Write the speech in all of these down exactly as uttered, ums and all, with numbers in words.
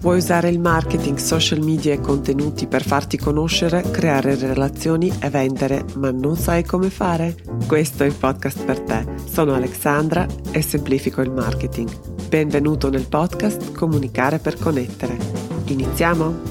Vuoi usare il marketing, social media e contenuti per farti conoscere, creare relazioni e vendere, ma non sai come fare? Questo è il podcast per te. Sono Alexandra e semplifico il marketing. Benvenuto nel podcast Comunicare per connettere. Iniziamo?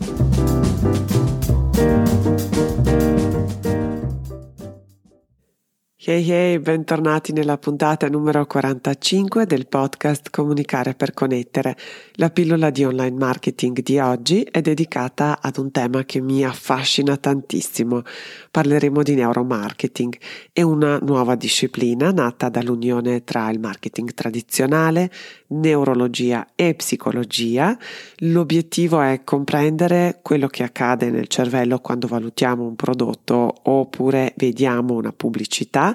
Hey hey, bentornati nella puntata numero quarantacinque del podcast Comunicare per connettere. La pillola di online marketing di oggi è dedicata ad un tema che mi affascina tantissimo. Parleremo di neuromarketing. È una nuova disciplina nata dall'unione tra il marketing tradizionale, neurologia e psicologia. L'obiettivo è comprendere quello che accade nel cervello quando valutiamo un prodotto oppure vediamo una pubblicità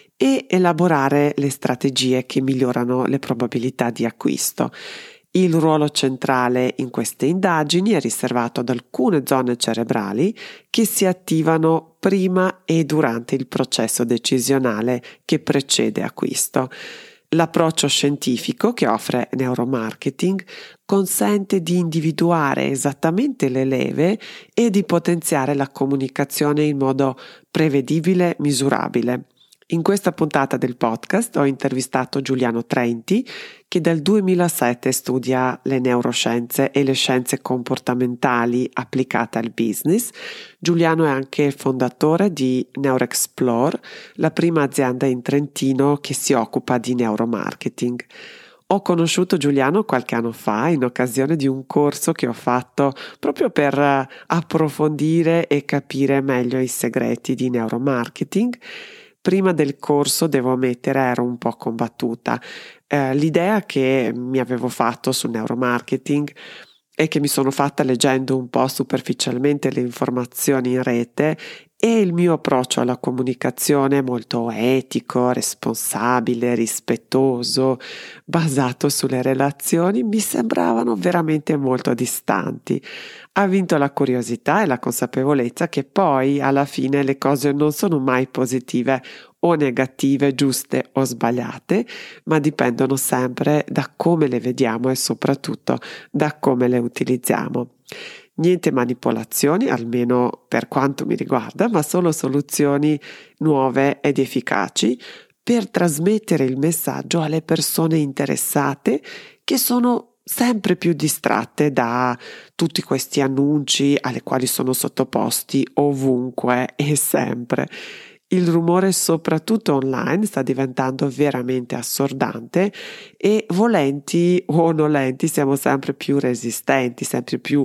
e elaborare le strategie che migliorano le probabilità di acquisto. Il ruolo centrale in queste indagini è riservato ad alcune zone cerebrali che si attivano prima e durante il processo decisionale che precede acquisto. L'approccio scientifico che offre neuromarketing consente di individuare esattamente le leve e di potenziare la comunicazione in modo prevedibile, misurabile. In questa puntata del podcast ho intervistato Giuliano Trenti, che dal duemilasette studia le neuroscienze e le scienze comportamentali applicate al business. Giuliano è anche il fondatore di NeuroExplore, la prima azienda in Trentino che si occupa di neuromarketing. Ho conosciuto Giuliano qualche anno fa in occasione di un corso che ho fatto proprio per approfondire e capire meglio i segreti di neuromarketing. Prima del corso, devo ammettere, ero un po' combattuta. Eh, l'idea che mi avevo fatto sul neuromarketing e che mi sono fatta leggendo un po' superficialmente le informazioni in rete e il mio approccio alla comunicazione molto etico, responsabile, rispettoso, basato sulle relazioni, mi sembravano veramente molto distanti. Ha vinto la curiosità e la consapevolezza che poi alla fine le cose non sono mai positive o negative, giuste o sbagliate, ma dipendono sempre da come le vediamo e soprattutto da come le utilizziamo. Niente manipolazioni, almeno per quanto mi riguarda, ma solo soluzioni nuove ed efficaci per trasmettere il messaggio alle persone interessate che sono sempre più distratte da tutti questi annunci alle quali sono sottoposti ovunque e sempre. Il rumore, soprattutto online, sta diventando veramente assordante e volenti o nolenti siamo sempre più resistenti, sempre più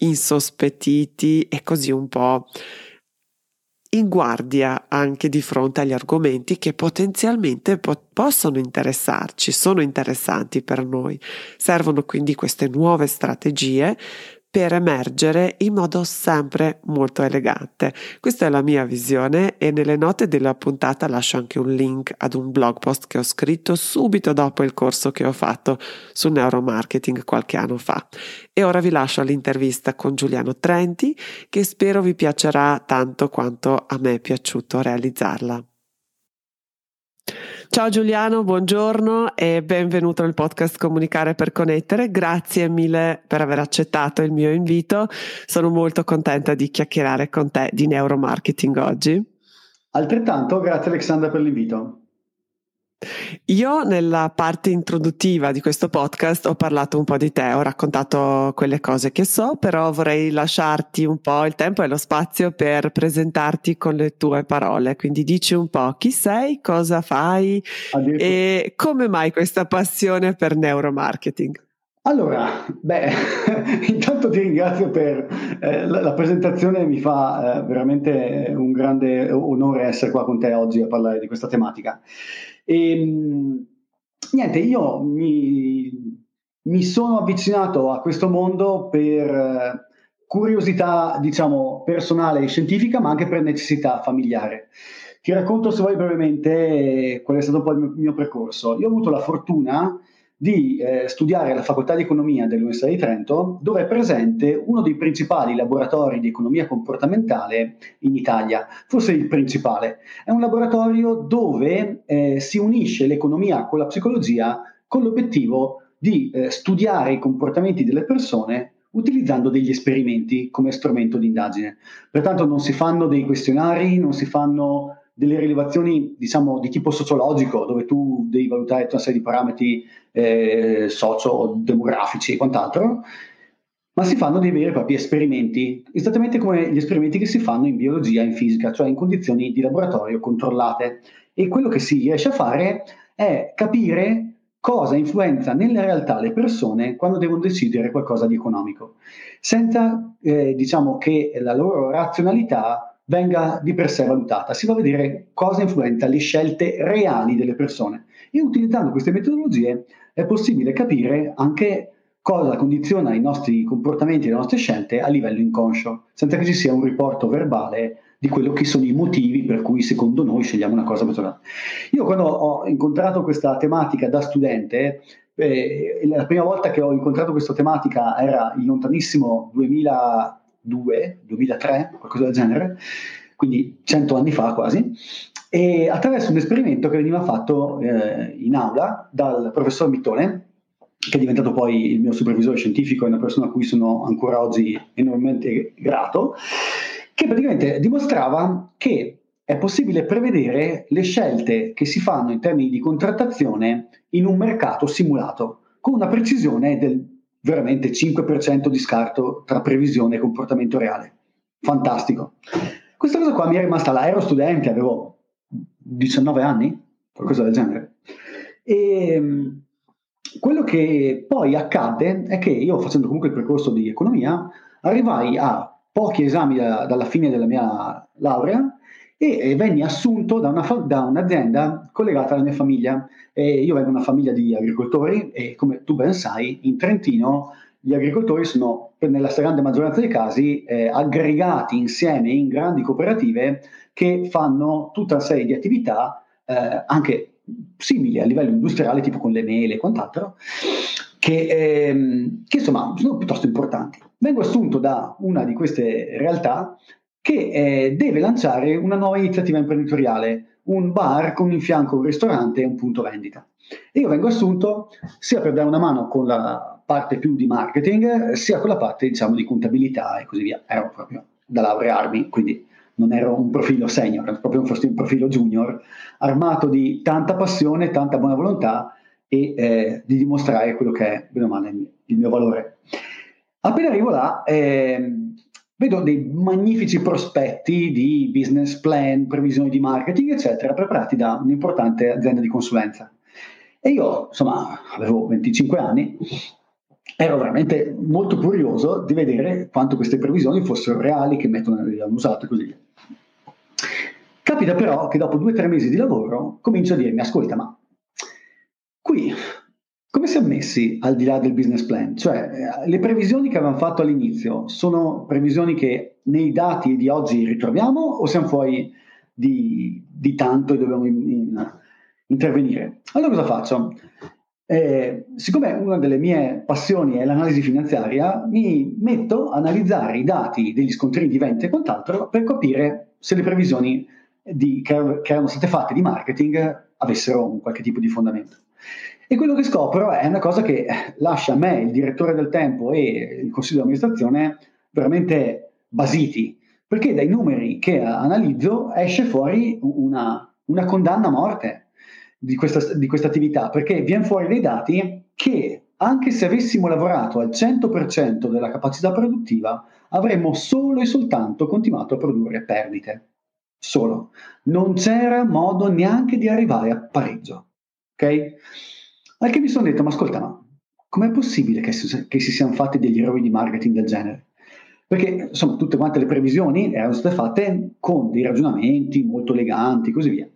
insospettiti e così un po' in guardia anche di fronte agli argomenti che potenzialmente po- possono interessarci, sono interessanti per noi. Servono quindi queste nuove strategie per emergere in modo sempre molto elegante. Questa è la mia visione e nelle note della puntata lascio anche un link ad un blog post che ho scritto subito dopo il corso che ho fatto sul neuromarketing qualche anno fa. E ora vi lascio all'intervista con Giuliano Trenti, che spero vi piacerà tanto quanto a me è piaciuto realizzarla. Ciao Giuliano, buongiorno e benvenuto nel podcast Comunicare per connettere. Grazie mille per aver accettato il mio invito. Sono molto contenta di chiacchierare con te di neuromarketing oggi. Altrettanto, grazie Alexandra per l'invito. Io nella parte introduttiva di questo podcast ho parlato un po' di te, ho raccontato quelle cose che so, però vorrei lasciarti un po' il tempo e lo spazio per presentarti con le tue parole. Quindi dici un po' chi sei, cosa fai e come mai questa passione per neuromarketing. Allora, beh, intanto ti ringrazio per eh, la, la presentazione, mi fa eh, veramente un grande onore essere qua con te oggi a parlare di questa tematica. E, niente, io mi, mi sono avvicinato a questo mondo per eh, curiosità, diciamo, personale e scientifica, ma anche per necessità familiare. Ti racconto, se vuoi, brevemente qual è stato un po' il mio, il mio percorso. Io ho avuto la fortuna di eh, studiare alla Facoltà di Economia dell'Università di Trento, dove è presente uno dei principali laboratori di economia comportamentale in Italia, forse il principale. È un laboratorio dove eh, si unisce l'economia con la psicologia con l'obiettivo di eh, studiare i comportamenti delle persone utilizzando degli esperimenti come strumento di indagine. Pertanto non si fanno dei questionari, non si fanno delle rilevazioni, diciamo, di tipo sociologico, dove tu devi valutare una serie di parametri eh, socio-demografici e quant'altro, ma si fanno dei veri e propri esperimenti, esattamente come gli esperimenti che si fanno in biologia e in fisica, cioè in condizioni di laboratorio controllate. E quello che si riesce a fare è capire cosa influenza nella realtà le persone quando devono decidere qualcosa di economico, senza eh, diciamo che la loro razionalità venga di per sé valutata. Si va a vedere cosa influenza le scelte reali delle persone e utilizzando queste metodologie è possibile capire anche cosa condiziona i nostri comportamenti e le nostre scelte a livello inconscio, senza che ci sia un riporto verbale di quello che sono i motivi per cui secondo noi scegliamo una cosa piuttosto. Io quando ho incontrato questa tematica da studente, eh, la prima volta che ho incontrato questa tematica era il lontanissimo duemiladue, duemilatré, qualcosa del genere, quindi cento anni fa quasi, e attraverso un esperimento che veniva fatto eh, in aula dal professor Mittone, che è diventato poi il mio supervisore scientifico, è una persona a cui sono ancora oggi enormemente grato, che praticamente dimostrava che è possibile prevedere le scelte che si fanno in termini di contrattazione in un mercato simulato, con una precisione del veramente cinque per cento di scarto tra previsione e comportamento reale. Fantastico. Questa cosa qua mi è rimasta là, ero studente, avevo diciannove anni, qualcosa del genere. E quello che poi accadde è che io, facendo comunque il percorso di economia, arrivai a pochi esami da, dalla fine della mia laurea e, e venni assunto da, una, da un'azienda collegata alla mia famiglia. E io vengo da una famiglia di agricoltori e, come tu ben sai, in Trentino gli agricoltori sono, nella stragrande maggioranza dei casi, eh, aggregati insieme in grandi cooperative che fanno tutta una serie di attività eh, anche simili a livello industriale, tipo con le mele e quant'altro, che, ehm, che insomma sono piuttosto importanti. Vengo assunto da una di queste realtà che eh, deve lanciare una nuova iniziativa imprenditoriale, un bar con in fianco un ristorante e un punto vendita. E io vengo assunto sia per dare una mano con la parte più di marketing, sia con la parte, diciamo, di contabilità e così via. Ero proprio da laurearmi, quindi non ero un profilo senior, ero proprio un profilo junior, armato di tanta passione, tanta buona volontà e eh, di dimostrare quello che è, bene o male, il mio valore. Appena arrivo là, eh, vedo dei magnifici prospetti di business plan, previsioni di marketing, eccetera, preparati da un'importante azienda di consulenza. E io, insomma, avevo venticinque anni, ero veramente molto curioso di vedere quanto queste previsioni fossero reali, che metodo avevano usato e così via. Capita però che dopo due o tre mesi di lavoro comincio a dirmi: ascolta, ma qui come siamo messi al di là del business plan? Cioè, le previsioni che avevamo fatto all'inizio sono previsioni che nei dati di oggi ritroviamo o siamo fuori di, di tanto e dobbiamo in, in, intervenire? Allora cosa faccio? Eh, siccome una delle mie passioni è l'analisi finanziaria, mi metto a analizzare i dati degli scontrini di vendita e quant'altro per capire se le previsioni di, che, che erano state fatte di marketing avessero un qualche tipo di fondamento. E quello che scopro è una cosa che lascia me, il direttore del tempo e il consiglio di amministrazione veramente basiti, perché dai numeri che analizzo esce fuori una, una condanna a morte di questa, di questa attività, perché viene fuori dei dati che, anche se avessimo lavorato al cento per cento della capacità produttiva, avremmo solo e soltanto continuato a produrre perdite. Solo. Non c'era modo neanche di arrivare a pareggio. Ok? Al che mi sono detto: ma ascolta, ma com'è possibile che si, che si siano fatti degli errori di marketing del genere? Perché insomma tutte quante le previsioni erano state fatte con dei ragionamenti molto eleganti e così via.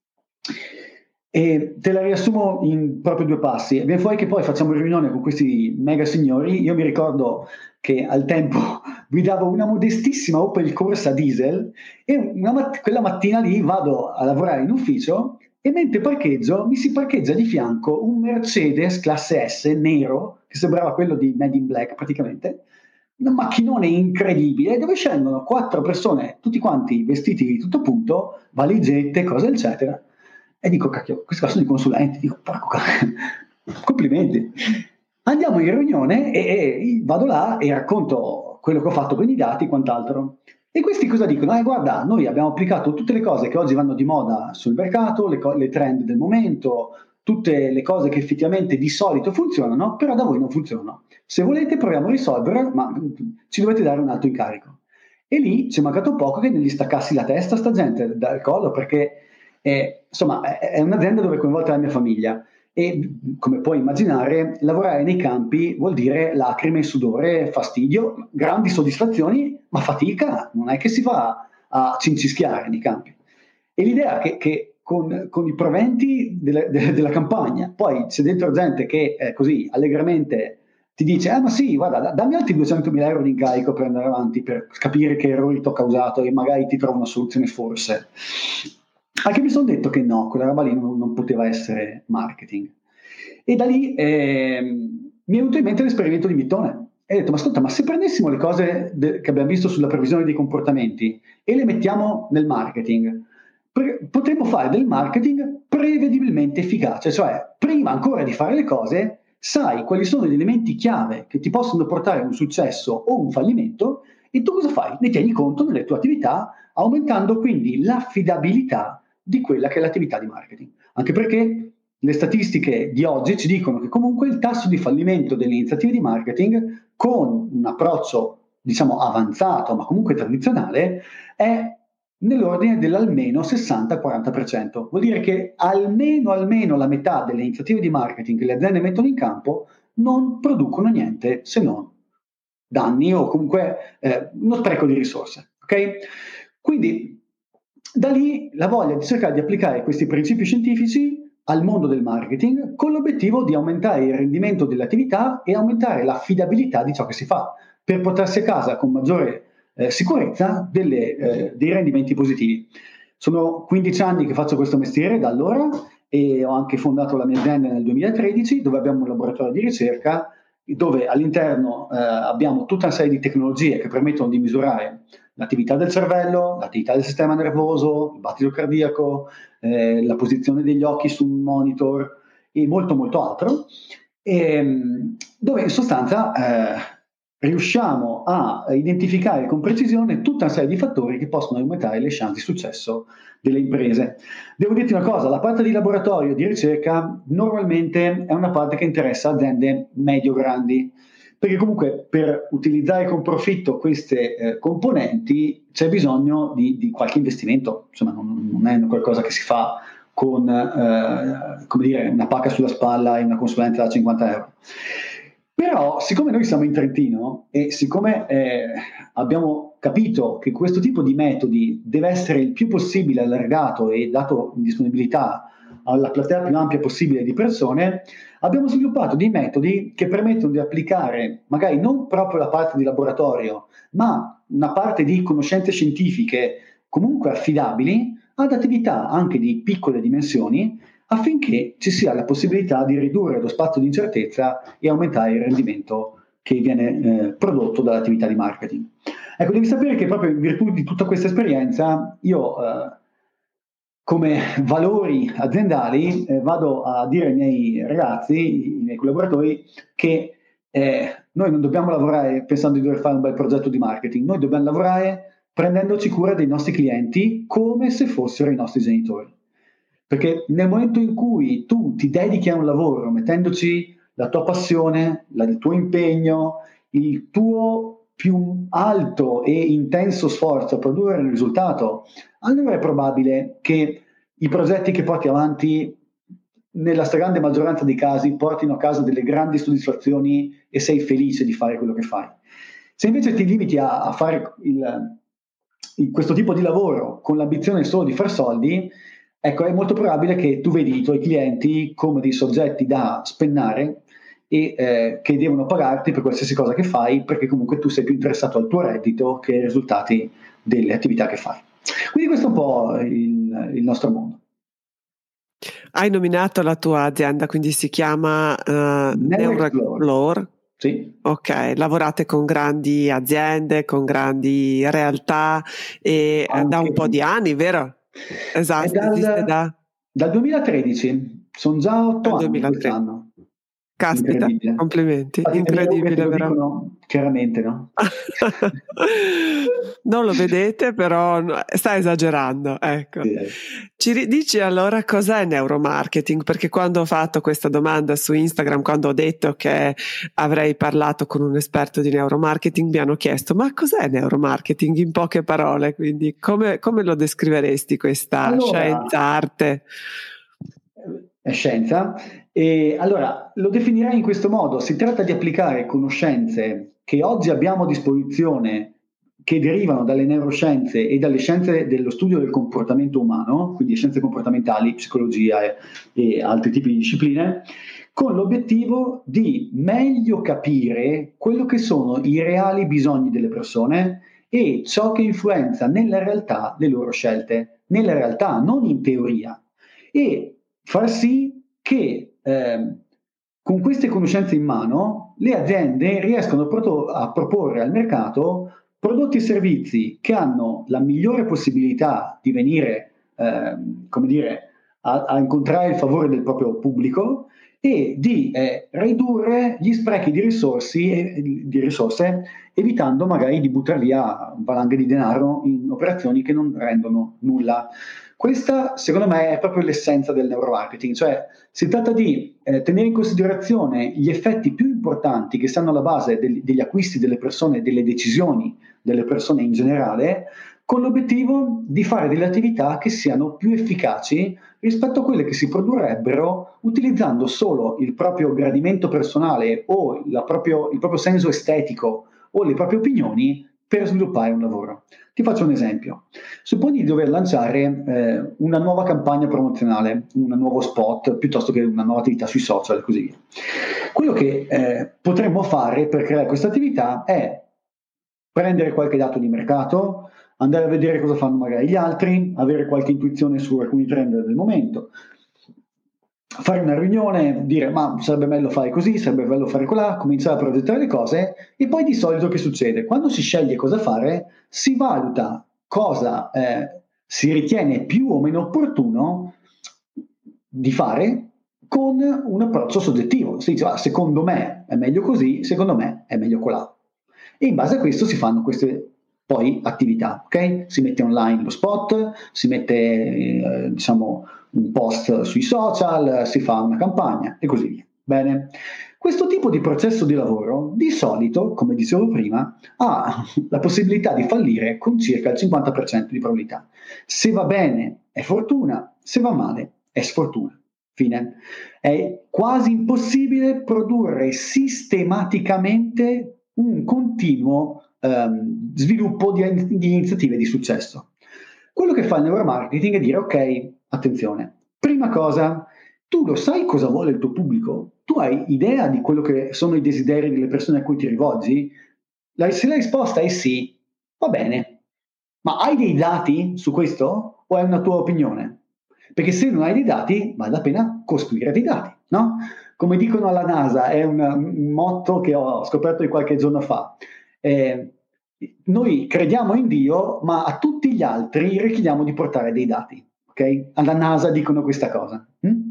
E te la riassumo in proprio due passi. Viene fuori che poi facciamo riunione con questi mega signori. Io mi ricordo che al tempo guidavo una modestissima Opel Corsa diesel e una mat- quella mattina lì vado a lavorare in ufficio e mentre parcheggio mi si parcheggia di fianco un Mercedes classe S nero, che sembrava quello di Made in Black praticamente, un macchinone incredibile, dove scendono quattro persone, tutti quanti vestiti di tutto punto, valigette, cose eccetera. E dico: cacchio, questi qua sono i consulenti. Dico: porco cacchio, Complimenti. Andiamo in riunione e, e vado là e racconto quello che ho fatto con i dati e quant'altro. E questi cosa dicono? Eh, guarda, noi abbiamo applicato tutte le cose che oggi vanno di moda sul mercato, le, co- le trend del momento, tutte le cose che effettivamente di solito funzionano, però da voi non funzionano. Se volete proviamo a risolverle, ma ci dovete dare un altro incarico. E lì ci è mancato poco che gli staccassi la testa a sta gente dal collo, perché eh, insomma è, è un'azienda dove è coinvolta la mia famiglia. E come puoi immaginare, lavorare nei campi vuol dire lacrime, sudore, fastidio, grandi soddisfazioni, ma fatica, non è che si fa a cincischiare nei campi. E l'idea che, che con, con i proventi delle, de, della campagna, poi c'è dentro gente che eh, così allegramente ti dice, ah ma sì, guarda, dammi altri duecentomila euro di incarico per andare avanti, per capire che errori ti ho causato e magari ti trovo una soluzione forse. Anche mi sono detto che no, quella roba lì non, non poteva essere marketing. E da lì eh, mi è venuto in mente l'esperimento di Mittone. E ho detto, ma ascolta, ma se prendessimo le cose de- che abbiamo visto sulla previsione dei comportamenti e le mettiamo nel marketing, pre- potremmo fare del marketing prevedibilmente efficace, cioè prima ancora di fare le cose sai quali sono gli elementi chiave che ti possono portare a un successo o un fallimento e tu cosa fai? Ne tieni conto nelle tue attività, aumentando quindi l'affidabilità di quella che è l'attività di marketing. Anche perché le statistiche di oggi ci dicono che comunque il tasso di fallimento delle iniziative di marketing con un approccio diciamo avanzato ma comunque tradizionale è nell'ordine dell'almeno sessanta quaranta per cento. Vuol dire che almeno almeno la metà delle iniziative di marketing che le aziende mettono in campo non producono niente se non danni o comunque eh, uno spreco di risorse. Okay? Quindi da lì la voglia di cercare di applicare questi principi scientifici al mondo del marketing con l'obiettivo di aumentare il rendimento dell'attività e aumentare l'affidabilità di ciò che si fa per portarsi a casa con maggiore eh, sicurezza delle, eh, dei rendimenti positivi. Sono quindici anni che faccio questo mestiere da allora e ho anche fondato la mia azienda nel duemilatredici dove abbiamo un laboratorio di ricerca dove all'interno eh, abbiamo tutta una serie di tecnologie che permettono di misurare l'attività del cervello, l'attività del sistema nervoso, il battito cardiaco, eh, la posizione degli occhi su un monitor e molto molto altro, e, dove in sostanza eh, riusciamo a identificare con precisione tutta una serie di fattori che possono aumentare le chance di successo delle imprese. Devo dirti una cosa, la parte di laboratorio, di ricerca, normalmente è una parte che interessa aziende medio-grandi, perché comunque per utilizzare con profitto queste eh, componenti c'è bisogno di, di qualche investimento, insomma non, non è qualcosa che si fa con eh, come dire, una pacca sulla spalla e una consulenza da cinquanta euro. Però, siccome noi siamo in Trentino e siccome eh, abbiamo capito che questo tipo di metodi deve essere il più possibile allargato e dato in disponibilità alla platea più ampia possibile di persone, abbiamo sviluppato dei metodi che permettono di applicare magari non proprio la parte di laboratorio, ma una parte di conoscenze scientifiche comunque affidabili ad attività anche di piccole dimensioni affinché ci sia la possibilità di ridurre lo spazio di incertezza e aumentare il rendimento che viene eh, prodotto dall'attività di marketing. Ecco, devi sapere che proprio in virtù di tutta questa esperienza io eh, come valori aziendali eh, vado a dire ai miei ragazzi, i miei collaboratori, che eh, noi non dobbiamo lavorare pensando di dover fare un bel progetto di marketing, noi dobbiamo lavorare prendendoci cura dei nostri clienti come se fossero i nostri genitori. Perché nel momento in cui tu ti dedichi a un lavoro mettendoci la tua passione, la, il tuo impegno, il tuo più alto e intenso sforzo a produrre il risultato, allora è probabile che i progetti che porti avanti nella stragrande maggioranza dei casi portino a casa delle grandi soddisfazioni e sei felice di fare quello che fai. Se invece ti limiti a, a fare il, il, questo tipo di lavoro con l'ambizione solo di far soldi, ecco, è molto probabile che tu vedi i tuoi clienti come dei soggetti da spennare e eh, che devono pagarti per qualsiasi cosa che fai, perché comunque tu sei più interessato al tuo reddito che ai risultati delle attività che fai. Quindi questo è un po' il, il nostro mondo. Hai nominato la tua azienda, quindi si chiama uh, NeuroExplore. Sì. Ok, lavorate con grandi aziende, con grandi realtà e Anche da un po' di anni, vero? Esatto, dal, esiste da... dal duemilatredici, sono già otto anni quest'anno. Caspita, complimenti, Infatti, incredibile, lo veramente. Dicono chiaramente, no? Non lo vedete, però sta esagerando, ecco. Sì. Ci dici allora cos'è neuromarketing? Perché quando ho fatto questa domanda su Instagram, quando ho detto che avrei parlato con un esperto di neuromarketing, mi hanno chiesto: ma cos'è neuromarketing in poche parole? Quindi come, come lo descriveresti questa allora, scienza, arte? È scienza. E allora lo definirei in questo modo: si tratta di applicare conoscenze che oggi abbiamo a disposizione, che derivano dalle neuroscienze e dalle scienze dello studio del comportamento umano, quindi scienze comportamentali, psicologia e, e altri tipi di discipline, con l'obiettivo di meglio capire quello che sono i reali bisogni delle persone e ciò che influenza nella realtà le loro scelte, nella realtà, non in teoria, e far sì che eh, con queste conoscenze in mano le aziende riescano a, proto- a proporre al mercato prodotti e servizi che hanno la migliore possibilità di venire, eh, come dire, a, a incontrare il favore del proprio pubblico e di eh, ridurre gli sprechi di risorse, di risorse, evitando magari di buttare via valanghe di denaro in operazioni che non rendono nulla. Questa, secondo me, è proprio l'essenza del neuromarketing, cioè si tratta di eh, tenere in considerazione gli effetti più importanti che stanno alla base del, degli acquisti delle persone, delle decisioni delle persone in generale, con l'obiettivo di fare delle attività che siano più efficaci rispetto a quelle che si produrrebbero utilizzando solo il proprio gradimento personale o la proprio, il proprio senso estetico o le proprie opinioni per sviluppare un lavoro. Ti faccio un esempio. Supponi di dover lanciare eh, una nuova campagna promozionale, un nuovo spot, piuttosto che una nuova attività sui social e così via. Quello che eh, potremmo fare per creare questa attività è prendere qualche dato di mercato, andare a vedere cosa fanno magari gli altri, avere qualche intuizione su alcuni trend del momento, fare una riunione, dire ma sarebbe bello fare così, sarebbe bello fare colà, cominciare a progettare le cose e poi di solito che succede? Quando si sceglie cosa fare, si valuta cosa eh, si ritiene più o meno opportuno di fare con un approccio soggettivo. Si dice ah, secondo me è meglio così, secondo me è meglio colà. E in base a questo si fanno queste poi attività, ok? Si mette online lo spot, si mette eh, diciamo un post sui social, si fa una campagna e così via. Bene. Questo tipo di processo di lavoro di solito, come dicevo prima, ha la possibilità di fallire con circa il cinquanta per cento di probabilità. Se va bene è fortuna, se va male è sfortuna. Fine. È quasi impossibile produrre sistematicamente un continuo ehm, sviluppo di, di iniziative di successo. Quello che fa il neuromarketing è dire ok, attenzione, prima cosa, tu lo sai cosa vuole il tuo pubblico? Tu hai idea di quello che sono i desideri delle persone a cui ti rivolgi? La, se la risposta è sì, va bene, ma hai dei dati su questo o è una tua opinione? Perché se non hai dei dati, vale la pena costruire dei dati, no? Come dicono alla NASA, è un, un motto che ho scoperto di qualche giorno fa. Eh, noi crediamo in Dio, ma a tutti gli altri richiediamo di portare dei dati, ok? Alla NASA dicono questa cosa. Hm?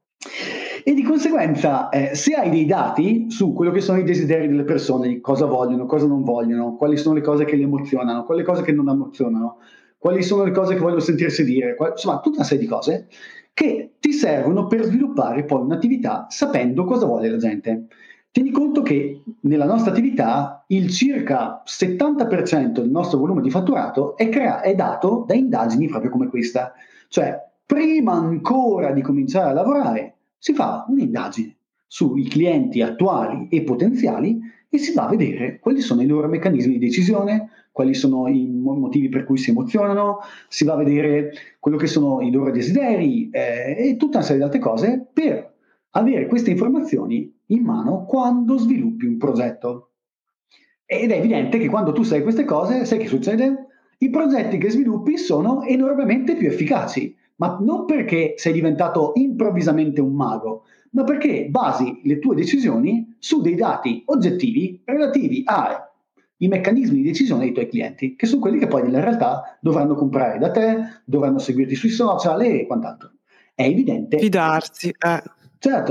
E di conseguenza, eh, se hai dei dati su quello che sono i desideri delle persone, di cosa vogliono, cosa non vogliono, quali sono le cose che le emozionano, quelle cose che non emozionano, quali sono le cose che vogliono sentirsi dire, qual- insomma, tutta una serie di cose che ti servono per sviluppare poi un'attività sapendo cosa vuole la gente. Tieni conto che nella nostra attività il circa settanta per cento del nostro volume di fatturato è, crea- è dato da indagini proprio come questa. Cioè, prima ancora di cominciare a lavorare, si fa un'indagine sui clienti attuali e potenziali e si va a vedere quali sono i loro meccanismi di decisione, quali sono i motivi per cui si emozionano, si va a vedere quello che sono i loro desideri eh, e tutta una serie di altre cose per avere queste informazioni in mano quando sviluppi un progetto. Ed è evidente che quando tu sai queste cose, sai che succede? I progetti che sviluppi sono enormemente più efficaci, ma non perché sei diventato improvvisamente un mago, ma perché basi le tue decisioni su dei dati oggettivi relativi ai meccanismi di decisione dei tuoi clienti, che sono quelli che poi nella realtà dovranno comprare da te, dovranno seguirti sui social e quant'altro. È evidente. Fidarsi, eh. Certo,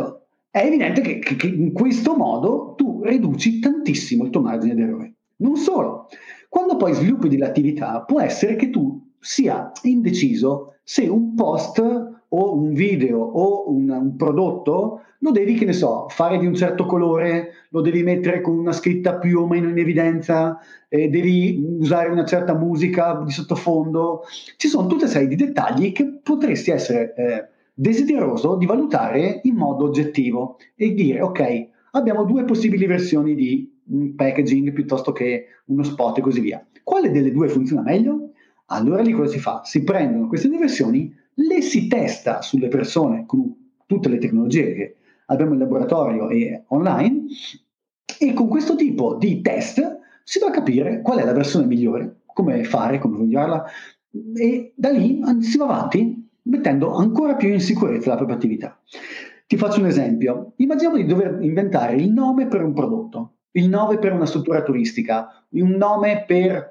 è evidente che, che, che in questo modo tu riduci tantissimo il tuo margine d'errore. Non solo, quando poi sviluppi dell'attività può essere che tu sia indeciso se un post o un video o un, un prodotto lo devi, che ne so, fare di un certo colore, lo devi mettere con una scritta più o meno in evidenza, eh, devi usare una certa musica di sottofondo. Ci sono tutta una serie di dettagli che potresti essere eh, desideroso di valutare in modo oggettivo e dire: ok, abbiamo due possibili versioni di packaging piuttosto che uno spot e così via. Quale delle due funziona meglio? Allora lì cosa si fa? Si prendono queste due versioni, le si testa sulle persone con tutte le tecnologie che abbiamo in laboratorio e online, e con questo tipo di test si va a capire qual è la versione migliore, come fare, come migliorarla, e da lì si va avanti mettendo ancora più in sicurezza la propria attività. Ti faccio un esempio. Immaginiamo di dover inventare il nome per un prodotto, il nome per una struttura turistica, un nome per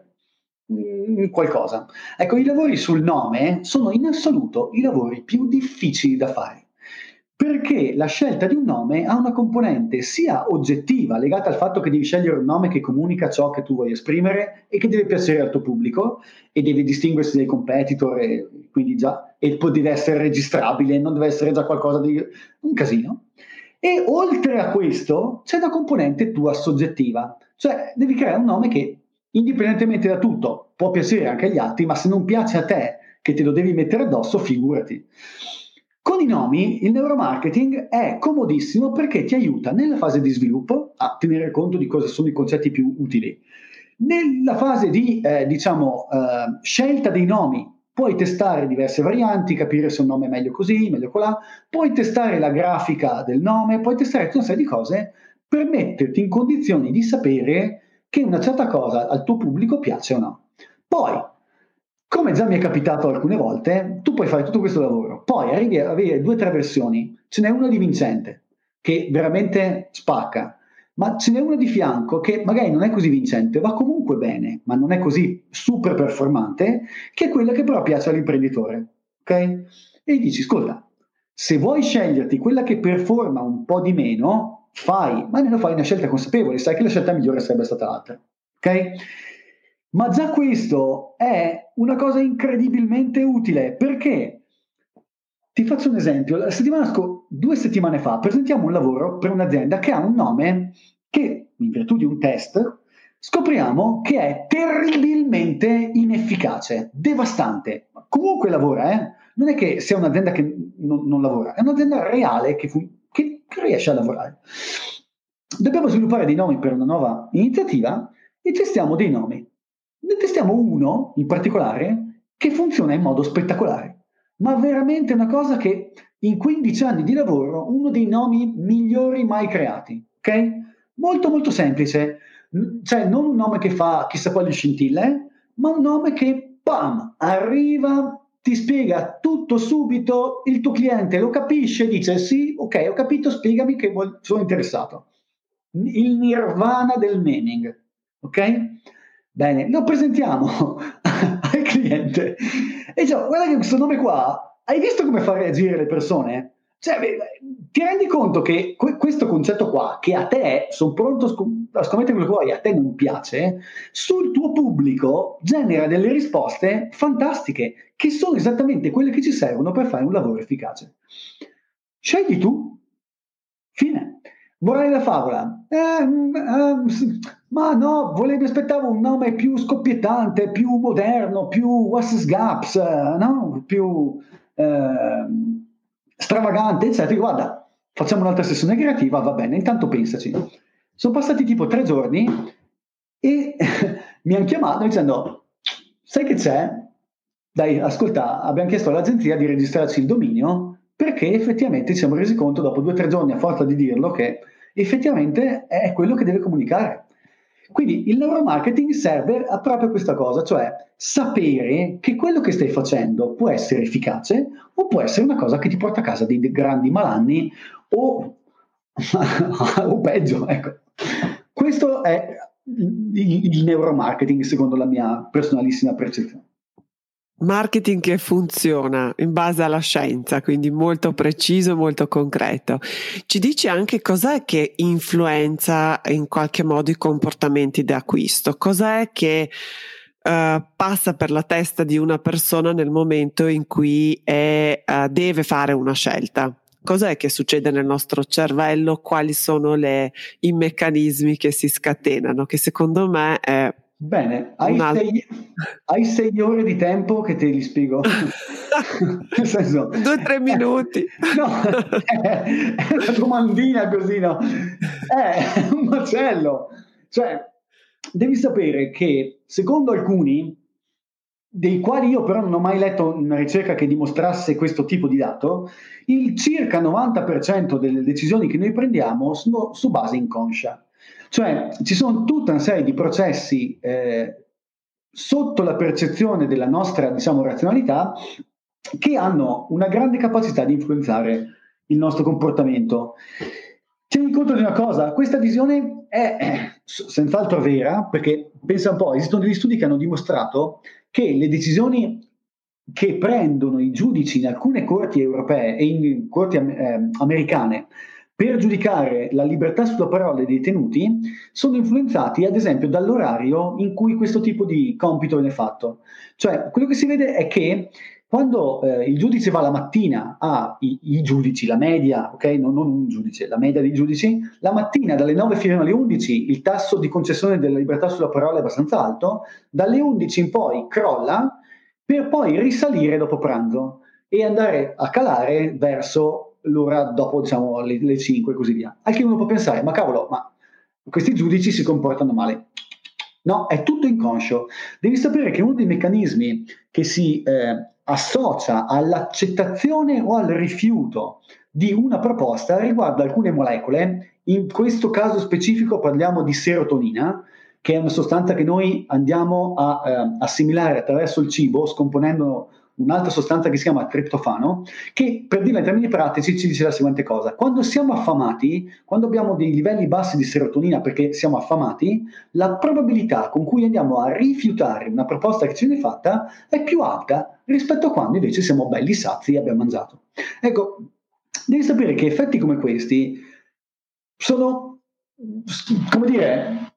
mm, qualcosa. Ecco, i lavori sul nome sono in assoluto i lavori più difficili da fare, perché la scelta di un nome ha una componente sia oggettiva, legata al fatto che devi scegliere un nome che comunica ciò che tu vuoi esprimere e che deve piacere al tuo pubblico e deve distinguersi dai competitor, e quindi già e poi deve essere registrabile, non deve essere già qualcosa di un casino. E oltre a questo c'è una componente tua soggettiva, cioè devi creare un nome che, indipendentemente da tutto, può piacere anche agli altri, ma se non piace a te che te lo devi mettere addosso, figurati. Con i nomi il neuromarketing è comodissimo perché ti aiuta nella fase di sviluppo a tenere conto di cosa sono i concetti più utili. Nella fase di eh, diciamo, eh, scelta dei nomi puoi testare diverse varianti, capire se un nome è meglio così, meglio colà, puoi testare la grafica del nome, puoi testare tutta una serie di cose per metterti in condizioni di sapere che una certa cosa al tuo pubblico piace o no. Poi, come già mi è capitato alcune volte, tu puoi fare tutto questo lavoro, poi arrivi a avere due o tre versioni, ce n'è una di vincente, che veramente spacca, ma ce n'è una di fianco che magari non è così vincente, va comunque bene, ma non è così super performante, che è quella che però piace all'imprenditore, ok? E gli dici: ascolta, se vuoi sceglierti quella che performa un po' di meno, fai, ma almeno fai una scelta consapevole, sai che la scelta migliore sarebbe stata l'altra, ok? Ma già questo è una cosa incredibilmente utile, perché ti faccio un esempio. La settimana scorsa, due settimane fa, presentiamo un lavoro per un'azienda che ha un nome che, in virtù di un test, scopriamo che è terribilmente inefficace, devastante. Comunque lavora, eh? Non è che sia un'azienda che non, non lavora, è un'azienda reale che, fu, che, che riesce a lavorare. Dobbiamo sviluppare dei nomi per una nuova iniziativa e testiamo dei nomi. Ne testiamo uno in particolare che funziona in modo spettacolare, ma veramente una cosa che in quindici anni di lavoro, uno dei nomi migliori mai creati, ok? Molto molto semplice, cioè non un nome che fa chissà quali scintille, ma un nome che, bam, arriva, ti spiega tutto subito, il tuo cliente lo capisce, dice sì, ok, ho capito, spiegami che sono interessato. Il nirvana del naming, ok? Bene, lo presentiamo al cliente e diciamo: guarda che questo nome qua, hai visto come fa reagire le persone? Cioè, ti rendi conto che que- questo concetto qua, che a te, sono pronto a, scom- a scommettere quello che vuoi, a te non piace, sul tuo pubblico genera delle risposte fantastiche, che sono esattamente quelle che ci servono per fare un lavoro efficace. Scegli tu, fine. Vorrei la favola. Eh, eh, ma no, volevo, aspettavo un nome più scoppiettante, più moderno, più What's Gaps, no? Più eh, stravagante, eccetera. Guarda, facciamo un'altra sessione creativa, va bene, intanto pensaci. Sono passati tipo tre giorni e mi hanno chiamato dicendo: sai che c'è? Dai, ascolta, abbiamo chiesto all'agenzia di registrarci il dominio perché effettivamente ci siamo resi conto dopo due o tre giorni, a forza di dirlo, che effettivamente è quello che deve comunicare. Quindi il neuromarketing serve a proprio questa cosa, cioè sapere che quello che stai facendo può essere efficace o può essere una cosa che ti porta a casa dei grandi malanni o, o peggio. Ecco. Questo è il, il neuromarketing secondo la mia personalissima percezione. Marketing che funziona in base alla scienza, quindi molto preciso, molto concreto. Ci dici anche cos'è che influenza in qualche modo i comportamenti di acquisto? Cos'è che uh, passa per la testa di una persona nel momento in cui è, uh, deve fare una scelta? Cos'è che succede nel nostro cervello? Quali sono le, i meccanismi che si scatenano? Che secondo me è Bene, hai, alt- sei, hai sei ore di tempo che te li spiego. Nel senso, due o tre minuti. Eh, no, è, è una domandina così, no? È un macello. Cioè, devi sapere che secondo alcuni, dei quali io però non ho mai letto una ricerca che dimostrasse questo tipo di dato, il circa novanta per cento delle decisioni che noi prendiamo sono su base inconscia. Cioè ci sono tutta una serie di processi eh, sotto la percezione della nostra, diciamo, razionalità che hanno una grande capacità di influenzare il nostro comportamento. Tieni conto di una cosa, questa visione è eh, senz'altro vera, perché pensa un po', esistono degli studi che hanno dimostrato che le decisioni che prendono i giudici in alcune corti europee e in corti eh, americane per giudicare la libertà sulla parola dei detenuti sono influenzati ad esempio dall'orario in cui questo tipo di compito viene fatto. Cioè, quello che si vede è che quando eh, il giudice va la mattina ai giudici, la media, ok? Non, non un giudice, la media dei giudici, la mattina dalle nove fino alle undici il tasso di concessione della libertà sulla parola è abbastanza alto, dalle undici in poi crolla per poi risalire dopo pranzo e andare a calare verso l'ora dopo, diciamo, le, le cinque e così via. Anche uno può pensare, ma cavolo, ma questi giudici si comportano male. No, è tutto inconscio. Devi sapere che uno dei meccanismi che si eh, associa all'accettazione o al rifiuto di una proposta riguarda alcune molecole, in questo caso specifico parliamo di serotonina, che è una sostanza che noi andiamo a eh, assimilare attraverso il cibo, scomponendo un'altra sostanza che si chiama triptofano, che per dirla in termini pratici ci dice la seguente cosa: quando siamo affamati, quando abbiamo dei livelli bassi di serotonina perché siamo affamati, la probabilità con cui andiamo a rifiutare una proposta che ci viene fatta è più alta rispetto a quando invece siamo belli sazi e abbiamo mangiato. Ecco, devi sapere che effetti come questi sono, come dire,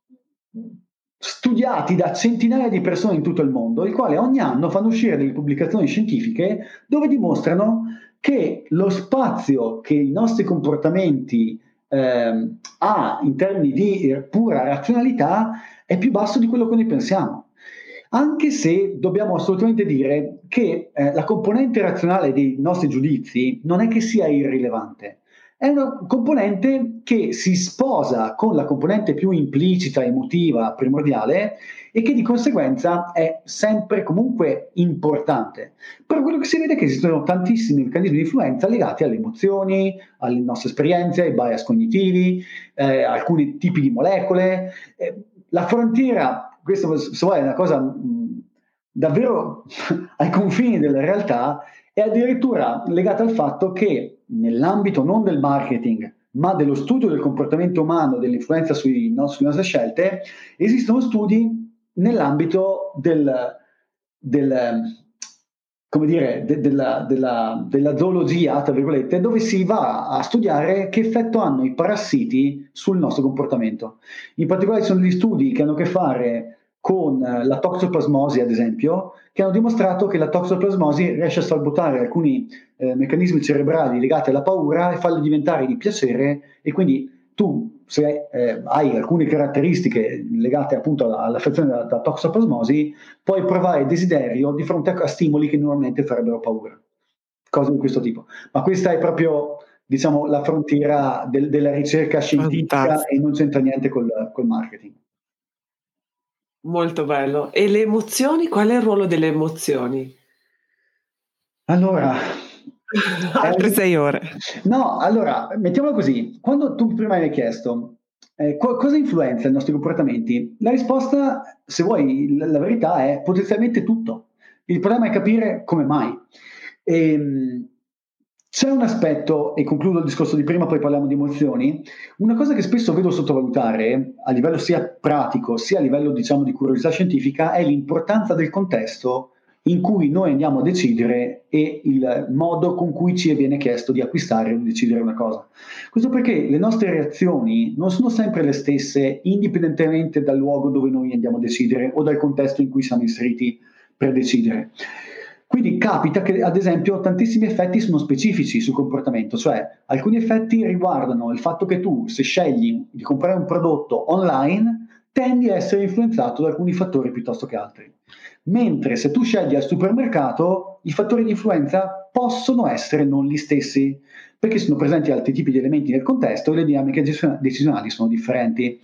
studiati da centinaia di persone in tutto il mondo, i quali ogni anno fanno uscire delle pubblicazioni scientifiche dove dimostrano che lo spazio che i nostri comportamenti eh, ha in termini di pura razionalità è più basso di quello che noi pensiamo. Anche se dobbiamo assolutamente dire che eh, la componente razionale dei nostri giudizi non è che sia irrilevante. È una componente che si sposa con la componente più implicita, emotiva, primordiale e che di conseguenza è sempre comunque importante. Però quello che si vede è che esistono tantissimi meccanismi di influenza legati alle emozioni, alle nostre esperienze, ai bias cognitivi, eh, alcuni tipi di molecole. Eh, la frontiera, questo se vuoi è una cosa mh, davvero ai confini della realtà, è addirittura legata al fatto che nell'ambito non del marketing, ma dello studio del comportamento umano, dell'influenza sui, no, sulle nostre scelte, esistono studi nell'ambito del, del come dire, de, della, della, della zoologia, tra virgolette, dove si va a studiare che effetto hanno i parassiti sul nostro comportamento. In particolare ci sono degli studi che hanno a che fare con la toxoplasmosi, ad esempio, che hanno dimostrato che la toxoplasmosi riesce a sabotare alcuni eh, meccanismi cerebrali legati alla paura e farli diventare di piacere, e quindi tu, se eh, hai alcune caratteristiche legate appunto all'affezione da, da toxoplasmosi, puoi provare desiderio di fronte a stimoli che normalmente farebbero paura. Cose di questo tipo. Ma questa è proprio, diciamo, la frontiera del, della ricerca scientifica. Fantastico. E non c'entra niente col, col marketing. Molto bello. E le emozioni? Qual è il ruolo delle emozioni? Allora, altre eh, sei ore. No, allora, mettiamolo così. Quando tu prima mi hai chiesto eh, co- cosa influenza i nostri comportamenti, la risposta, se vuoi, la, la verità è potenzialmente tutto. Il problema è capire come mai. E, c'è un aspetto, e concludo il discorso di prima, poi parliamo di emozioni, una cosa che spesso vedo sottovalutare, a livello sia pratico, sia a livello, diciamo, di curiosità scientifica, è l'importanza del contesto in cui noi andiamo a decidere e il modo con cui ci viene chiesto di acquistare o di decidere una cosa. Questo perché le nostre reazioni non sono sempre le stesse, indipendentemente dal luogo dove noi andiamo a decidere o dal contesto in cui siamo inseriti per decidere. Quindi capita che, ad esempio, tantissimi effetti sono specifici sul comportamento, cioè alcuni effetti riguardano il fatto che tu, se scegli di comprare un prodotto online, tendi a essere influenzato da alcuni fattori piuttosto che altri. Mentre se tu scegli al supermercato, i fattori di influenza possono essere non gli stessi, perché sono presenti altri tipi di elementi nel contesto e le dinamiche decisionali sono differenti.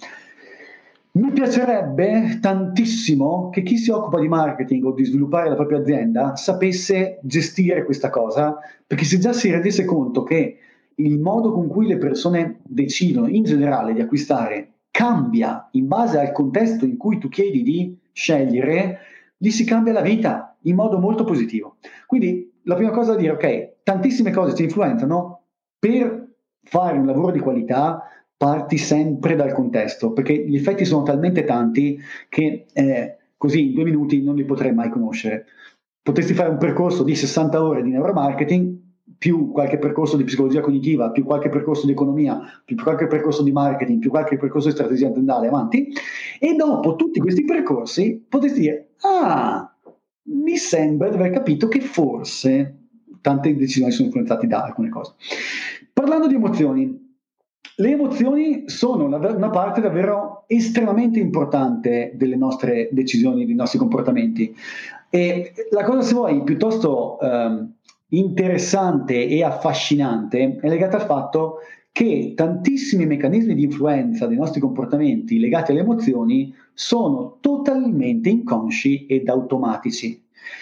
Mi piacerebbe tantissimo che chi si occupa di marketing o di sviluppare la propria azienda sapesse gestire questa cosa, perché se già si rendesse conto che il modo con cui le persone decidono in generale di acquistare cambia in base al contesto in cui tu chiedi di scegliere, gli si cambia la vita in modo molto positivo. Quindi la prima cosa da dire, ok, tantissime cose ci influenzano, per fare un lavoro di qualità parti sempre dal contesto, perché gli effetti sono talmente tanti che eh, così in due minuti non li potrei mai conoscere. Potresti fare un percorso di sessanta ore di neuromarketing, più qualche percorso di psicologia cognitiva, più qualche percorso di economia, più qualche percorso di marketing, più qualche percorso di strategia aziendale, avanti, e dopo tutti questi percorsi potresti dire, ah, mi sembra di aver capito che forse tante decisioni sono influenzate da alcune cose. Parlando di emozioni, le emozioni sono una, una parte davvero estremamente importante delle nostre decisioni, dei nostri comportamenti. E la cosa, se vuoi, piuttosto ehm, interessante e affascinante è legata al fatto che tantissimi meccanismi di influenza dei nostri comportamenti legati alle emozioni sono totalmente inconsci ed automatici.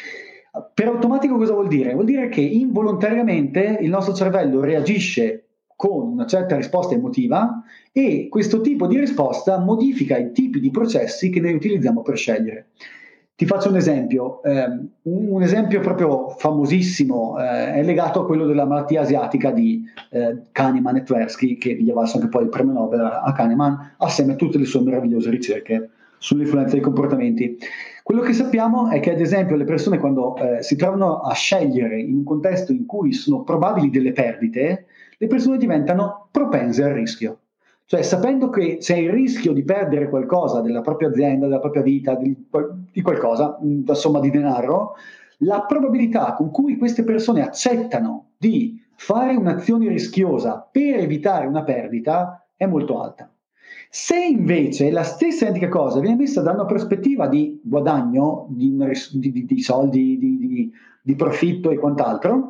Per automatico cosa vuol dire? Vuol dire che involontariamente il nostro cervello reagisce con una certa risposta emotiva e questo tipo di risposta modifica i tipi di processi che noi utilizziamo per scegliere. Ti faccio un esempio, eh, un esempio proprio famosissimo eh, è legato a quello della malattia asiatica di eh, Kahneman e Tversky, che gli ha valso anche poi il premio Nobel a Kahneman, assieme a tutte le sue meravigliose ricerche sull'influenza dei comportamenti. Quello che sappiamo è che, ad esempio, le persone quando eh, si trovano a scegliere in un contesto in cui sono probabili delle perdite, le persone diventano propense al rischio. Cioè, sapendo che c'è il rischio di perdere qualcosa della propria azienda, della propria vita, di, di qualcosa, una somma di denaro, la probabilità con cui queste persone accettano di fare un'azione rischiosa per evitare una perdita è molto alta. Se invece la stessa identica cosa viene messa da una prospettiva di guadagno, di, di, di soldi, di, di, di profitto e quant'altro,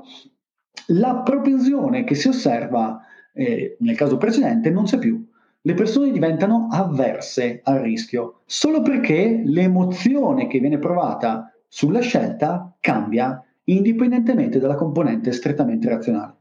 la propensione che si osserva eh, nel caso precedente non c'è più. Le persone diventano avverse al rischio solo perché l'emozione che viene provata sulla scelta cambia indipendentemente dalla componente strettamente razionale.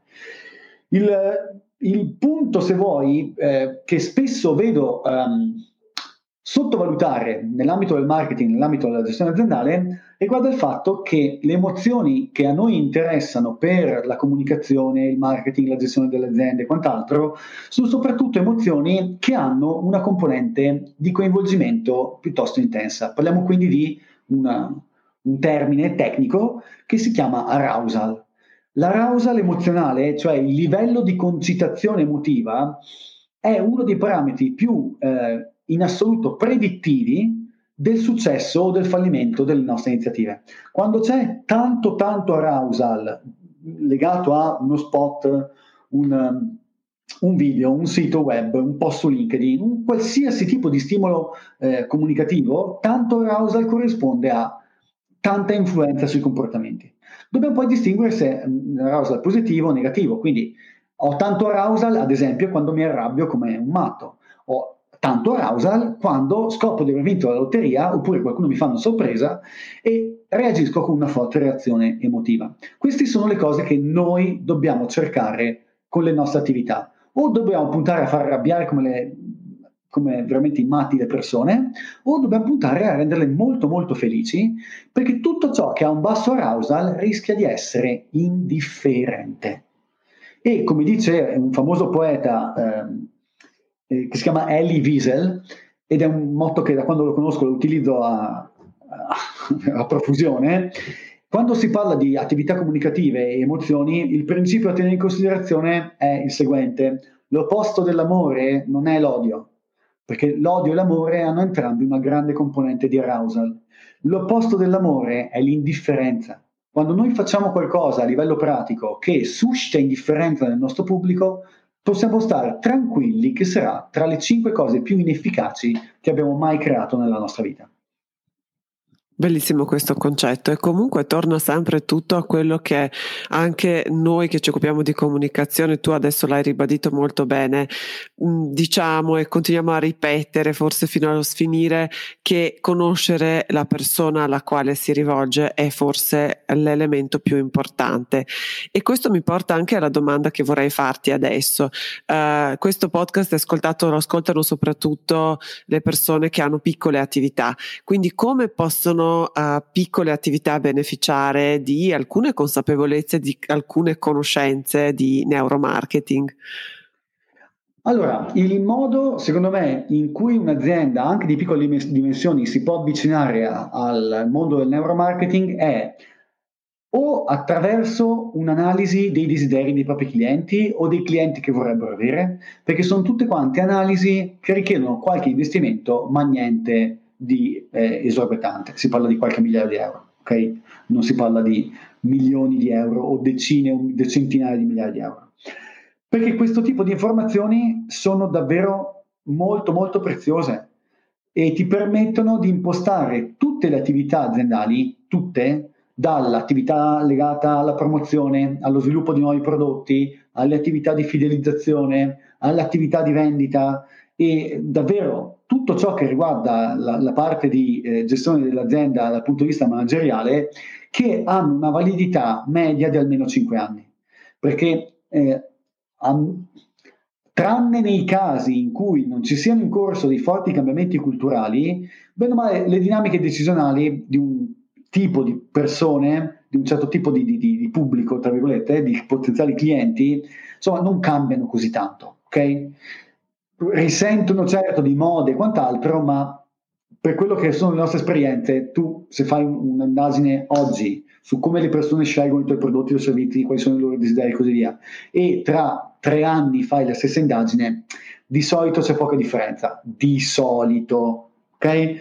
Il, il punto, se vuoi, eh, che spesso vedo um, sottovalutare nell'ambito del marketing, nell'ambito della gestione aziendale, riguarda il fatto che le emozioni che a noi interessano per la comunicazione, il marketing, la gestione delle aziende e quant'altro, sono soprattutto emozioni che hanno una componente di coinvolgimento piuttosto intensa. Parliamo quindi di una, un termine tecnico che si chiama arousal. L'arousal emozionale, cioè il livello di concitazione emotiva, è uno dei parametri più eh, in assoluto predittivi del successo o del fallimento delle nostre iniziative. Quando c'è tanto tanto arousal legato a uno spot, un, un video, un sito web, un post su LinkedIn, un qualsiasi tipo di stimolo eh, comunicativo, tanto arousal corrisponde a tanta influenza sui comportamenti. Dobbiamo poi distinguere se è un arousal positivo o negativo, quindi ho tanto arousal, ad esempio, quando mi arrabbio come un matto, ho tanto arousal quando scopro di aver vinto la lotteria oppure qualcuno mi fa una sorpresa e reagisco con una forte reazione emotiva. Queste sono le cose che noi dobbiamo cercare con le nostre attività. O dobbiamo puntare a far arrabbiare come, le, come veramente i matti le persone, o dobbiamo puntare a renderle molto molto felici, perché tutto ciò che ha un basso arousal rischia di essere indifferente. E come dice un famoso poeta ehm, eh, che si chiama Elie Wiesel, ed è un motto che da quando lo conosco lo utilizzo a, a, a profusione, Quando si parla di attività comunicative e emozioni, il principio da tenere in considerazione è il seguente: l'opposto dell'amore non è l'odio, perché l'odio e l'amore hanno entrambi una grande componente di arousal. L'opposto dell'amore è l'indifferenza. Quando noi facciamo qualcosa a livello pratico che suscita indifferenza nel nostro pubblico, possiamo stare tranquilli che sarà tra le cinque cose più inefficaci che abbiamo mai creato nella nostra vita. Bellissimo questo concetto, e comunque torna sempre tutto a quello che anche noi che ci occupiamo di comunicazione, tu adesso l'hai ribadito molto bene, diciamo e continuiamo a ripetere forse fino allo sfinire, che conoscere la persona alla quale si rivolge è forse l'elemento più importante. E questo mi porta anche alla domanda che vorrei farti adesso. Uh, questo podcast è ascoltato, lo ascoltano soprattutto le persone che hanno piccole attività, quindi come possono a piccole attività beneficiare di alcune consapevolezze, di alcune conoscenze di neuromarketing? Allora, il modo, secondo me, in cui un'azienda anche di piccole dimensioni si può avvicinare a, al mondo del neuromarketing è o attraverso un'analisi dei desideri dei propri clienti o dei clienti che vorrebbero avere, perché sono tutte quante analisi che richiedono qualche investimento, ma niente di eh, esorbitante. Si parla di qualche migliaio di euro, ok? Non si parla di milioni di euro o decine o centinaia di migliaia di euro. Perché questo tipo di informazioni sono davvero molto molto preziose e ti permettono di impostare tutte le attività aziendali, tutte, dall'attività legata alla promozione, allo sviluppo di nuovi prodotti, alle attività di fidelizzazione, alle attività di vendita, e davvero tutto ciò che riguarda la, la parte di eh, gestione dell'azienda dal punto di vista manageriale, che hanno una validità media di almeno cinque anni. Perché eh, um, tranne nei casi in cui non ci siano in corso dei forti cambiamenti culturali, bene o male le dinamiche decisionali di un tipo di persone, di un certo tipo di, di, di pubblico, tra virgolette, di potenziali clienti, insomma, non cambiano così tanto, ok? Risentono certo di mode e quant'altro, ma per quello che sono le nostre esperienze, tu se fai un'indagine oggi su come le persone scelgono i tuoi prodotti o servizi, quali sono i loro desideri e così via, e tra tre anni fai la stessa indagine, di solito c'è poca differenza, di solito, ok?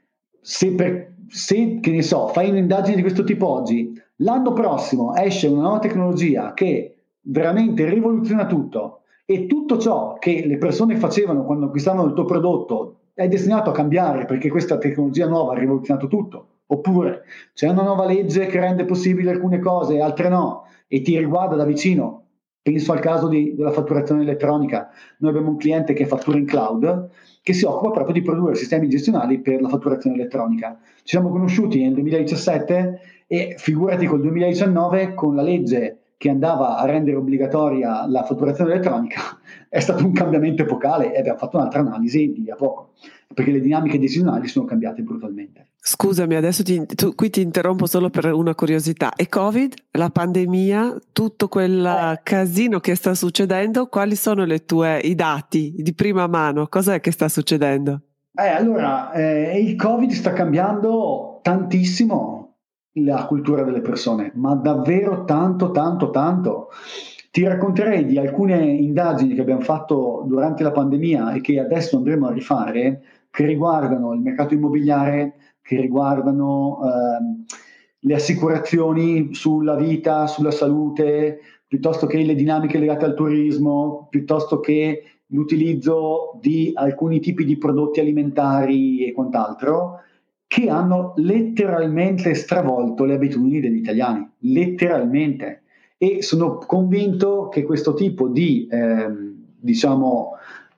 Se, per, se che ne so, fai un'indagine di questo tipo oggi, l'anno prossimo esce una nuova tecnologia che veramente rivoluziona tutto, e tutto ciò che le persone facevano quando acquistavano il tuo prodotto è destinato a cambiare perché questa tecnologia nuova ha rivoluzionato tutto, oppure c'è una nuova legge che rende possibili alcune cose e altre no, e ti riguarda da vicino. Penso al caso di, della fatturazione elettronica. Noi abbiamo un cliente che fattura in cloud, che si occupa proprio di produrre sistemi gestionali per la fatturazione elettronica. Ci siamo conosciuti nel duemiladiciassette e figurati col duemiladiciannove, con la legge che andava a rendere obbligatoria la fatturazione elettronica, è stato un cambiamento epocale e abbiamo fatto un'altra analisi di lì a poco, perché le dinamiche decisionali sono cambiate brutalmente. Scusami, adesso ti, tu, qui ti interrompo solo per una curiosità. E Covid, la pandemia, tutto quel eh. casino che sta succedendo, quali sono le tue, i dati di prima mano? Cos'è che sta succedendo? Eh, allora, eh, il Covid sta cambiando tantissimo la cultura delle persone, ma davvero tanto, tanto, tanto. Ti racconterei di alcune indagini che abbiamo fatto durante la pandemia e che adesso andremo a rifare, che riguardano il mercato immobiliare, che riguardano eh, le assicurazioni sulla vita, sulla salute, piuttosto che le dinamiche legate al turismo, piuttosto che l'utilizzo di alcuni tipi di prodotti alimentari e quant'altro, che hanno letteralmente stravolto le abitudini degli italiani, letteralmente. E sono convinto che questo tipo di, eh, diciamo,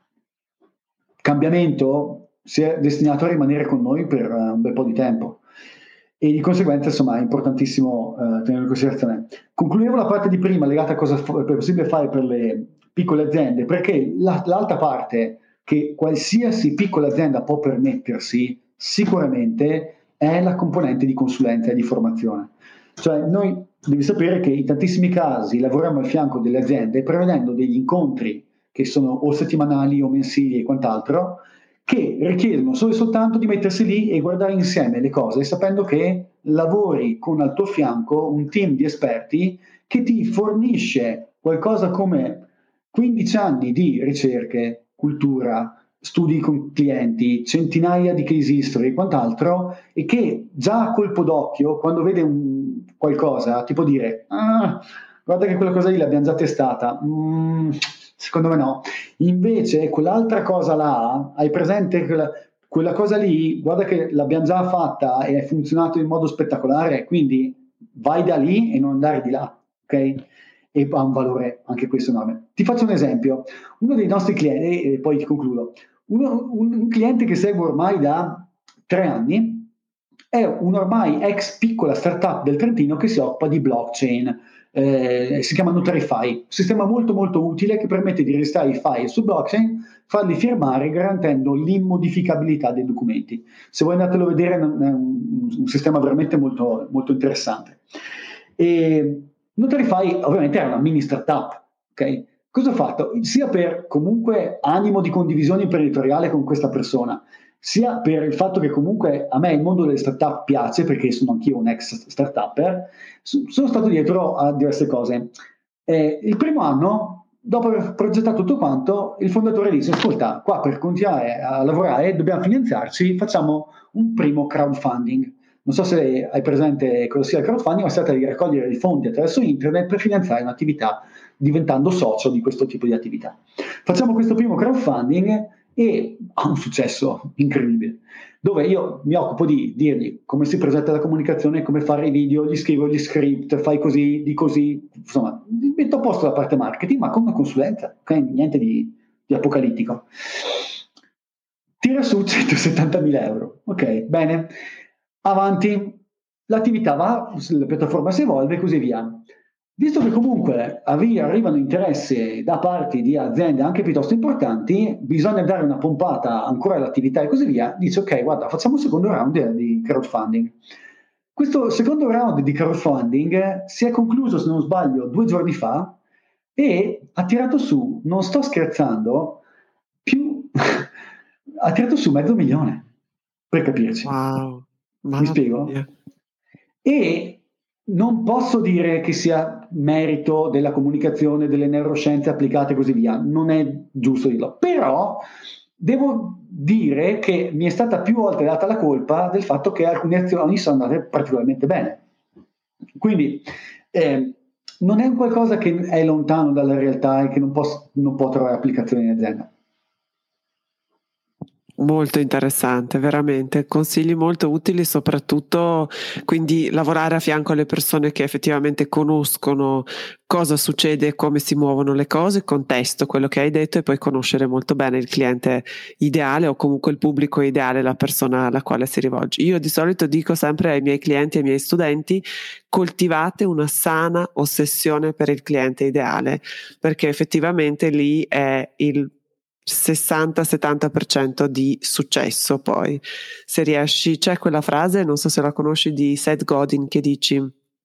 cambiamento sia destinato a rimanere con noi per un bel po' di tempo. E di conseguenza, insomma, è importantissimo eh, tenere in considerazione. Concludevo la parte di prima legata a cosa è possibile fare per le piccole aziende, perché la, l'altra parte che qualsiasi piccola azienda può permettersi sicuramente è la componente di consulenza e di formazione. Cioè, noi devi sapere che in tantissimi casi lavoriamo al fianco delle aziende prevedendo degli incontri che sono o settimanali o mensili e quant'altro, che richiedono solo e soltanto di mettersi lì e guardare insieme le cose, sapendo che lavori con al tuo fianco un team di esperti che ti fornisce qualcosa come quindici anni di ricerche, cultura, studi con clienti, centinaia di case history e quant'altro, e che già a colpo d'occhio, quando vede un, qualcosa, ti può dire, ah, guarda che quella cosa lì l'abbiamo già testata, mm, secondo me no. Invece quell'altra cosa là, hai presente quella, quella cosa lì, guarda che l'abbiamo già fatta e è funzionato in modo spettacolare, quindi vai da lì e non andare di là, ok? E ha un valore anche questo enorme. Ti faccio un esempio. Uno dei nostri clienti, e poi ti concludo, uno, un, un cliente che seguo ormai da tre anni è un ormai ex piccola startup del Trentino che si occupa di blockchain. Eh, si chiama Notarify, un sistema molto molto utile che permette di registrare i file su blockchain, farli firmare garantendo l'immodificabilità dei documenti. Se voi andatelo a vedere è un, un sistema veramente molto, molto interessante. E Notarify ovviamente era una mini startup, ok? Cosa ho fatto? Sia per comunque animo di condivisione imprenditoriale con questa persona, sia per il fatto che comunque a me il mondo delle startup piace, perché sono anch'io un ex startupper, sono stato dietro a diverse cose. Eh, il primo anno, dopo aver progettato tutto quanto, il fondatore disse: ascolta, qua per continuare a lavorare dobbiamo finanziarci, facciamo un primo crowdfunding. Non so se hai presente cosa sia il crowdfunding, ma si tratta di raccogliere dei fondi attraverso internet per finanziare un'attività diventando socio di questo tipo di attività. Facciamo questo primo crowdfunding e ha un successo incredibile, dove io mi occupo di dirgli come si presenta la comunicazione, come fare i video, gli scrivo gli script, fai così, di così, insomma, metto a posto la parte marketing, ma con una consulenza, okay? Niente di, di apocalittico. Tira su centosettantamila euro, ok, bene, avanti, l'attività va, la piattaforma si evolve e così via. Visto che comunque arrivano interessi da parte di aziende anche piuttosto importanti, bisogna dare una pompata ancora all'attività e così via, dice ok, guarda, facciamo un secondo round di crowdfunding. Questo secondo round di crowdfunding si è concluso, se non sbaglio, due giorni fa e ha tirato su, non sto scherzando, più ha tirato su mezzo milione, per capirci. Wow, mi spiego? Mia. E non posso dire che sia merito della comunicazione, delle neuroscienze applicate e così via, non è giusto dirlo, però devo dire che mi è stata più volte data la colpa del fatto che alcune azioni sono andate particolarmente bene. Quindi eh, non è un qualcosa che è lontano dalla realtà e che non, posso, non può trovare applicazione in azienda. Molto interessante, veramente, consigli molto utili, soprattutto quindi lavorare a fianco alle persone che effettivamente conoscono cosa succede e come si muovono le cose, il contesto, quello che hai detto, e poi conoscere molto bene il cliente ideale o comunque il pubblico ideale, la persona alla quale si rivolge. Io di solito dico sempre ai miei clienti e ai miei studenti: coltivate una sana ossessione per il cliente ideale, perché effettivamente lì è il sessanta settanta per cento di successo. Poi se riesci, c'è quella frase, non so se la conosci, di Seth Godin, che dici: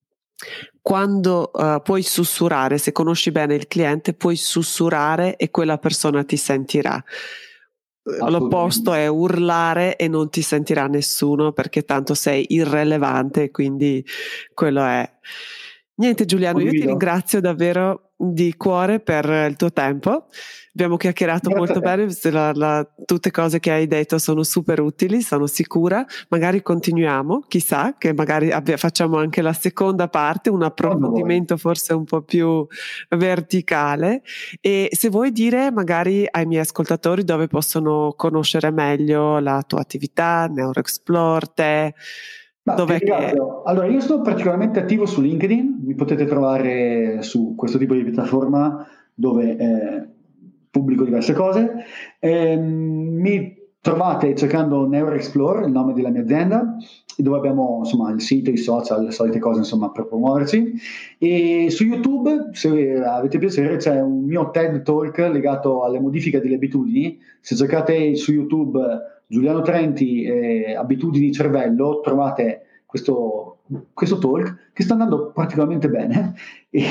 quando uh, puoi sussurrare, se conosci bene il cliente puoi sussurrare e quella persona ti sentirà. L'opposto è urlare e non ti sentirà nessuno, perché tanto sei irrilevante, quindi quello è. Niente Giuliano, io ti ringrazio davvero di cuore per il tuo tempo. Abbiamo chiacchierato Grazie molto bene, la, la, tutte cose che hai detto sono super utili, sono sicura. Magari continuiamo, chissà, che magari abbia, facciamo anche la seconda parte, un approfondimento forse un po' più verticale. E se vuoi dire magari ai miei ascoltatori dove possono conoscere meglio la tua attività, NeuroExplore, te, dov'è che... Allora, io sono particolarmente attivo su LinkedIn, mi potete trovare su questo tipo di piattaforma dove eh, pubblico diverse cose. Eh, mi trovate cercando NeuroExplore, il nome della mia azienda, dove abbiamo insomma il sito, i social, le solite cose insomma per promuoverci. E su YouTube, se avete piacere, c'è un mio TED Talk legato alle modifiche delle abitudini. Se cercate su YouTube Giuliano Trenti, eh, abitudini cervello, trovate questo, questo talk che sta andando particolarmente bene e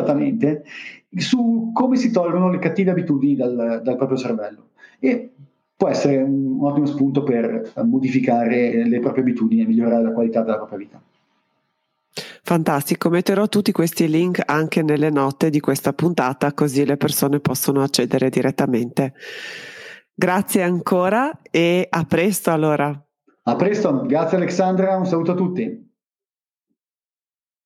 inaspettatamente su come si tolgono le cattive abitudini dal, dal proprio cervello. E può essere un, un ottimo spunto per modificare le proprie abitudini e migliorare la qualità della propria vita. Fantastico, metterò tutti questi link anche nelle note di questa puntata, così le persone possono accedere direttamente. Grazie ancora e a presto allora. A presto, grazie Alexandra, un saluto a tutti.